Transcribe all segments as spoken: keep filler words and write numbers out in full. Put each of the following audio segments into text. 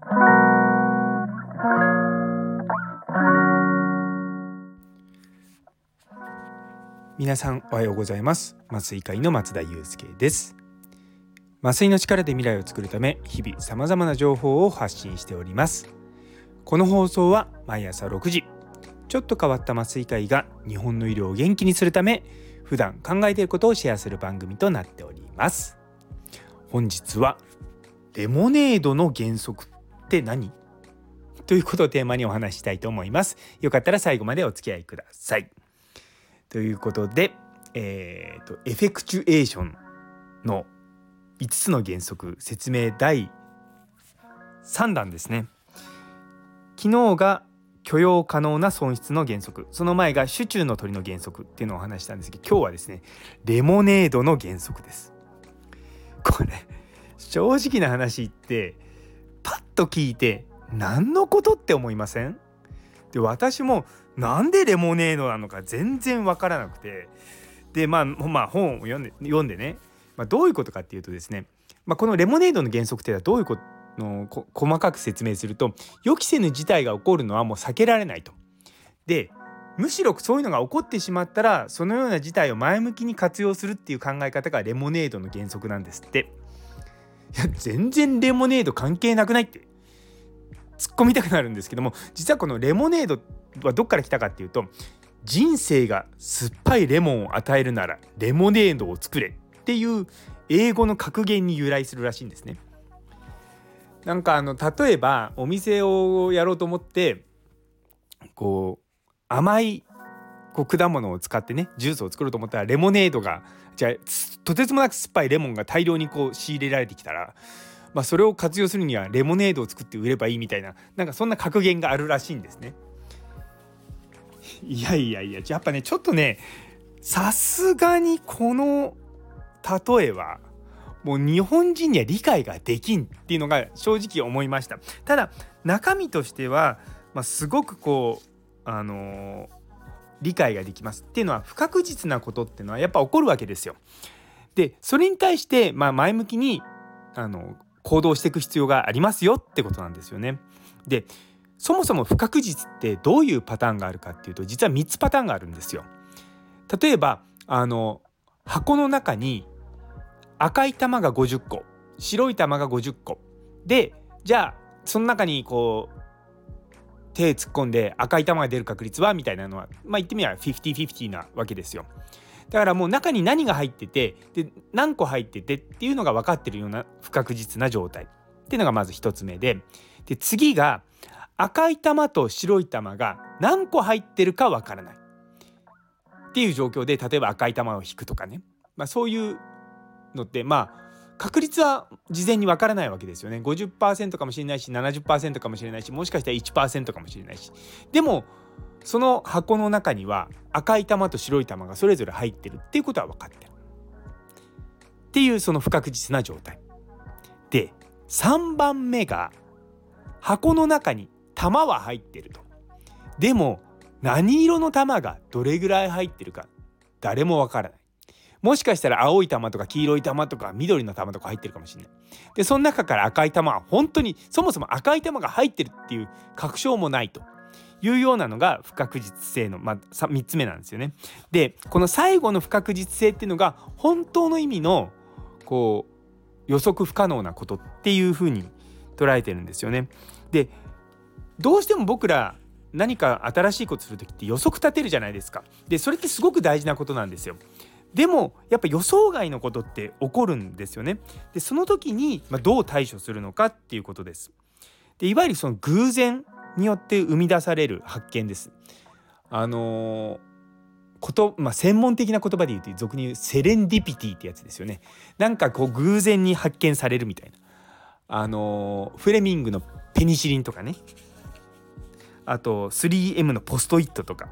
皆さんおはようございます。麻酔科医の松田祐介です。麻酔の力で未来を作るため、日々さまざまな情報を発信しております。この放送は毎朝ろくじ、ちょっと変わった麻酔科医が日本の医療を元気にするため、普段考えていることをシェアする番組となっております。本日はレモネードの原則って何？ということをテーマにお話ししたいと思います。よかったら最後までお付き合いください。ということで、えーと、エフェクチュエーションのいつつの原則説明だいさんだんですね。昨日が許容可能な損失の原則、その前が手中の鳥の原則っていうのをお話したんですけど、今日はですねレモネードの原則です。これ正直な話言ってパッと聞いて何のことって思いません？で、私もなんでレモネードなのか全然わからなくて、でまあ、まあ、本を読んで読んでね、まあ、どういうことかっていうとですね、まあ、このレモネードの原則っていうのはどういうことのこ細かく説明すると、予期せぬ事態が起こるのはもう避けられないと。でむしろそういうのが起こってしまったら、そのような事態を前向きに活用するっていう考え方がレモネードの原則なんですって。いや全然レモネード関係なくないって突っ込みたくなるんですけども、実はこのレモネードはどっから来たかっていうと、人生が酸っぱいレモンを与えるならレモネードを作れっていう英語の格言に由来するらしいんですね。なんかあの例えばお店をやろうと思ってこう甘いこう果物を使ってねジュースを作ろうと思ったら、レモネードがじゃあとてつもなく酸っぱいレモンが大量にこう仕入れられてきたら、まあ、それを活用するにはレモネードを作って売ればいいみたいな、なんかそんな格言があるらしいんですね。いやいやいや、やっぱねちょっとね、さすがにこの例えはもう日本人には理解ができんっていうのが正直思いました。ただ中身としては、まあ、すごくこうあのー、理解ができますっていうのは、不確実なことっていうのはやっぱ起こるわけですよ。でそれに対して、まあ、前向きにあの行動していく必要がありますよってことなんですよね。でそもそも不確実ってどういうパターンがあるかっていうと、実はみっつパターンがあるんですよ。例えばあの箱の中に赤い玉がごじゅっこ、白い玉がごじゅっこで、じゃあその中にこう手突っ込んで赤い玉が出る確率はみたいなのは、まあ言ってみればフィフティフィフティなわけですよ。だからもう中に何が入ってて、で何個入っててっていうのが分かってるような不確実な状態っていうのがまず一つ目で、で次が赤い玉と白い玉が何個入ってるか分からないっていう状況で、例えば赤い玉を引くとかね、まあ、そういうのってまあ確率は事前に分からないわけですよね。 ごじゅっパーセント かもしれないし ななじゅっパーセント かもしれないし、もしかしたら いちパーセント かもしれないし、でもその箱の中には赤い玉と白い玉がそれぞれ入ってるっていうことは分かってるっていう、その不確実な状態で、さんばんめが箱の中に玉は入ってると。でも何色の玉がどれぐらい入ってるか誰もわからない。もしかしたら青い玉とか黄色い玉とか緑の玉とか入ってるかもしれない。でその中から赤い玉は本当にそもそも赤い玉が入ってるっていう確証もないというようなのが不確実性の、まあ、みっつめなんですよね。でこの最後の不確実性っていうのが本当の意味のこう予測不可能なことっていうふうに捉えてるんですよね。でどうしても僕ら何か新しいことするときって予測立てるじゃないですか。でそれってすごく大事なことなんですよ。でもやっぱ予想外のことって起こるんですよね。でその時に、まあ、どう対処するのかっていうことです。でいわゆるその偶然によって生み出される発見です。あのーこと、まあ、専門的な言葉で言うと俗に言うセレンディピティってやつですよね。なんかこう偶然に発見されるみたいな、あのー、フレミングのペニシリンとかね、あと スリーエム のポストイットとか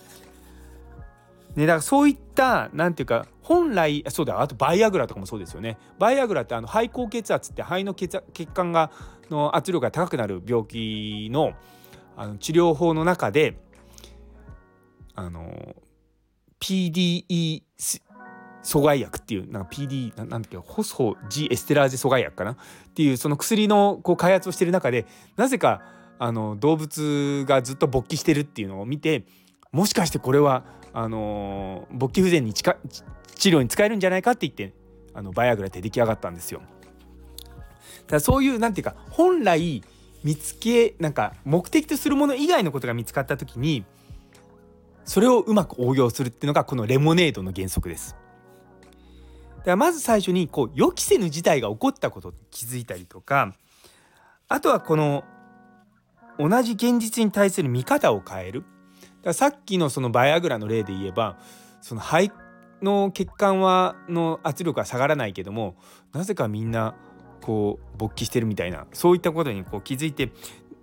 ね、だからそういったなんていうか本来そうだ、あとバイアグラとかもそうですよね。バイアグラってあの肺高血圧って肺の 血, 血管がの圧力が高くなる病気 の, あの治療法の中であの ピーディーイー阻害薬っていうなんか ピーディー な, なんだっけホスホジエステラーゼ阻害薬かなっていうその薬のこう開発をしている中で、なぜかあの動物がずっと勃起してるっていうのを見て、もしかしてこれはあのー、勃起不全に治療に使えるんじゃないかって言ってあのバイアグラって出来上がったんですよ。だからそういうなんていうか、本来見つけなんか目的とするもの以外のことが見つかった時にそれをうまく応用するっていうのがこのレモネードの原則です。だからまず最初にこう予期せぬ事態が起こったことに気づいたりとか、あとはこの同じ現実に対する見方を変える。だからさっきのそのバイアグラの例で言えば、その肺の血管はの圧力は下がらないけども、なぜかみんなこう勃起してるみたいな、そういったことにこう気づいて、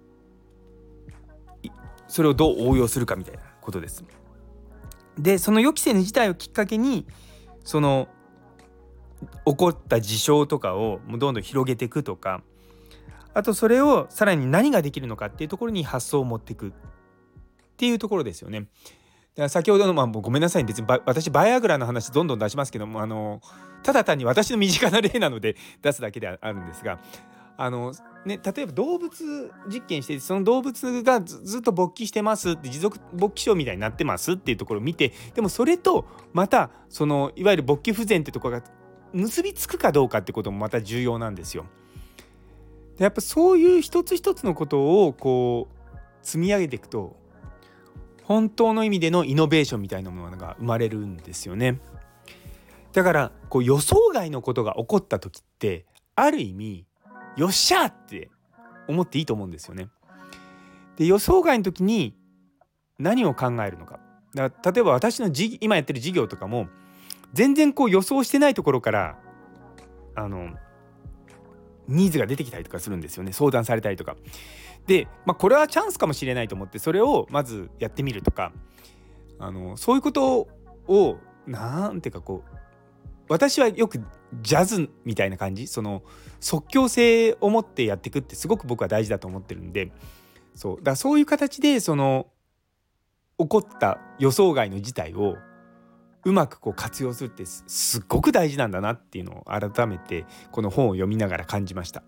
それをどう応用するかみたいなことです。でその予期せぬ事態をきっかけにその起こった事象とかをもうどんどん広げていくとか、あとそれをさらに何ができるのかっていうところに発想を持っていくっていうところですよね。だから先ほどの、まあ、ごめんなさい、別に私バイアグラの話どんどん出しますけども、あのただ単に私の身近な例なので出すだけであるんですが、あの、ね、例えば動物実験してその動物が ず, ずっと勃起してますって持続勃起症みたいになってますっていうところを見て、でもそれとまたそのいわゆる勃起不全ってところが結びつくかどうかってこともまた重要なんですよ。でやっぱそういう一つ一つのことをこう積み上げていくと本当の意味でのイノベーションみたいなものが生まれるんですよね。だからこう予想外のことが起こった時ってある意味よっしゃーって思っていいと思うんですよね。で予想外の時に何を考えるのか。だから例えば私のじ今やってる事業とかも全然こう予想してないところからあのニーズが出てきたりとかするんですよね。相談されたりとかで、まあ、これはチャンスかもしれないと思ってそれをまずやってみるとか、あのそういうことをなんていうかこう私はよくジャズみたいな感じ、その即興性を持ってやっていくってすごく僕は大事だと思ってるんで、そうだからそういう形でその起こった予想外の事態をうまくこう活用するってすっごく大事なんだなっていうのを改めてこの本を読みながら感じました。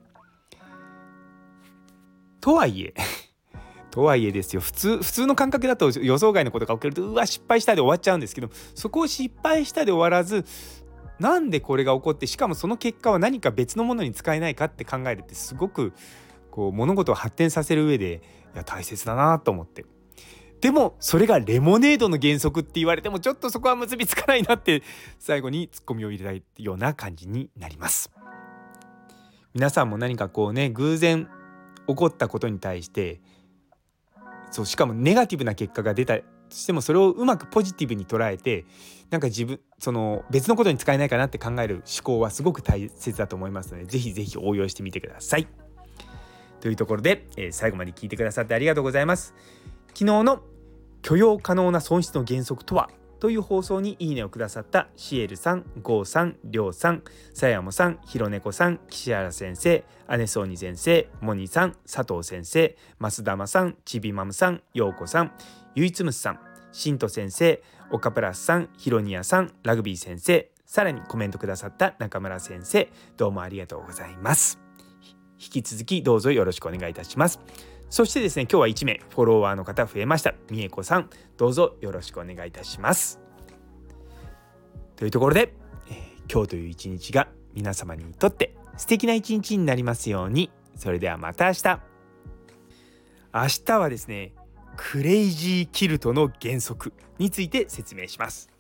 とはいえとはいえですよ、普通普通の感覚だと予想外のことが起きるとうわ失敗したで終わっちゃうんですけど、そこを失敗したで終わらず、なんでこれが起こって、しかもその結果は何か別のものに使えないかって考えるってすごくこう物事を発展させる上でいや大切だなと思って。でもそれがレモネードの原則って言われてもちょっとそこは結びつかないなって最後にツッコミを入れたいような感じになります。皆さんも何かこうね偶然起こったことに対してそうしかもネガティブな結果が出たとしてもそれをうまくポジティブに捉えてなんか自分その別のことに使えないかなって考える思考はすごく大切だと思いますのでぜひぜひ応用してみてください。というところで、えー、最後まで聞いてくださってありがとうございます。昨日の許容可能な損失の原則とはという放送にいいねをくださったシエルさん、ゴーさん、リョウさん、さやもさん、ひろねこさん、岸原先生、姉そうに先生、モニさん、佐藤先生、増田さん、ちびまむさん、ようこさん、ゆいつむすさん、しんと先生、オカプラスさん、ひろにやさん、ラグビー先生、さらにコメントくださった中村先生、どうもありがとうございます。引き続きどうぞよろしくお願いいたします。そしてですね、今日はいちめいフォロワーの方増えました。みえこさん、どうぞよろしくお願いいたします。というところで、えー、今日という一日が皆様にとって素敵な一日になりますように。それではまた明日。明日はですね、クレイジーキルトの原則について説明します。